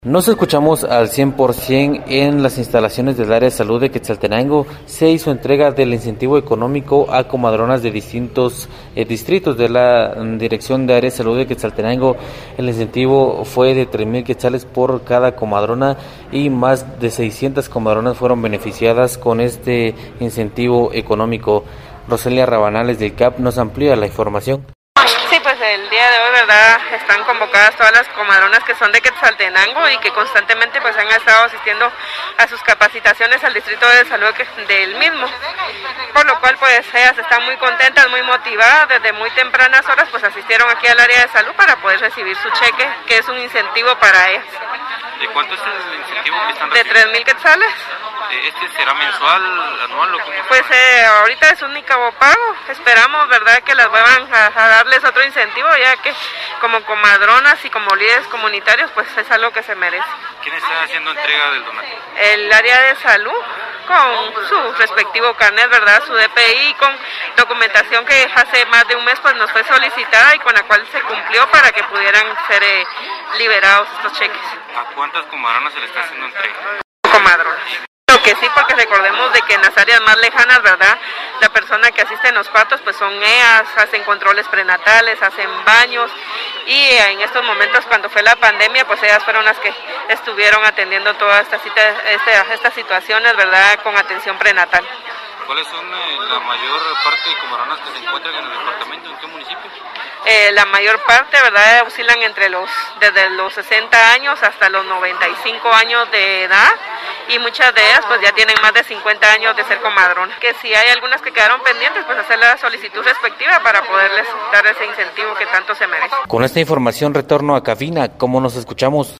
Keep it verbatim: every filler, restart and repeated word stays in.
Nos escuchamos al cien por ciento en las instalaciones del área de salud de Quetzaltenango. Se hizo entrega del incentivo económico a comadronas de distintos eh, distritos de la Dirección de Área de Salud de Quetzaltenango. El incentivo fue de tres mil quetzales por cada comadrona y más de seiscientas comadronas fueron beneficiadas con este incentivo económico. Roselia Rabanales del C A P nos amplía la información. Sí, pues el día de hoy, ¿verdad?, están convocadas todas las comadronas que son de Quetzaltenango y que constantemente pues han estado asistiendo a sus capacitaciones al Distrito de Salud del mismo, por lo cual pues ellas están muy contentas, muy motivadas, desde muy tempranas horas pues asistieron aquí al área de salud para poder recibir su cheque, que es un incentivo para ellas. ¿De cuánto es el incentivo que están recibiendo? De tres mil quetzales. ¿Este será mensual, anual o cómo? Pues eh, ahorita es un único pago, esperamos, ¿verdad?, que las vuelvan a, a darles otro incentivo, ya que como comadronas y como líderes comunitarios, pues es algo que se merece. ¿Quién está haciendo entrega del donativo? El área de salud, con su respectivo carnet, ¿verdad?, su D P I, con documentación que hace más de un mes pues nos fue solicitada y con la cual se cumplió para que pudieran ser eh, liberados estos cheques. ¿A cuántas comadronas se le está haciendo entrega? Comadronas. Lo que sí, porque recordemos de que en las áreas más lejanas, ¿verdad?, la persona que asiste en los partos pues son ellas, hacen controles prenatales, hacen baños y en estos momentos cuando fue la pandemia pues ellas fueron las que estuvieron atendiendo todas estas esta, estas situaciones, ¿verdad?, con atención prenatal. ¿Cuáles son eh, la mayor parte de comadronas que se encuentran en el departamento? ¿En qué municipio? Eh, la mayor parte, ¿verdad?, oscilan entre los desde los sesenta años hasta los noventa y cinco años de edad y muchas de ellas pues ya tienen más de cincuenta años de ser comadrona. Que si hay algunas que quedaron pendientes, pues hacer la solicitud respectiva para poderles dar ese incentivo que tanto se merece. Con esta información retorno a cabina, ¿cómo nos escuchamos?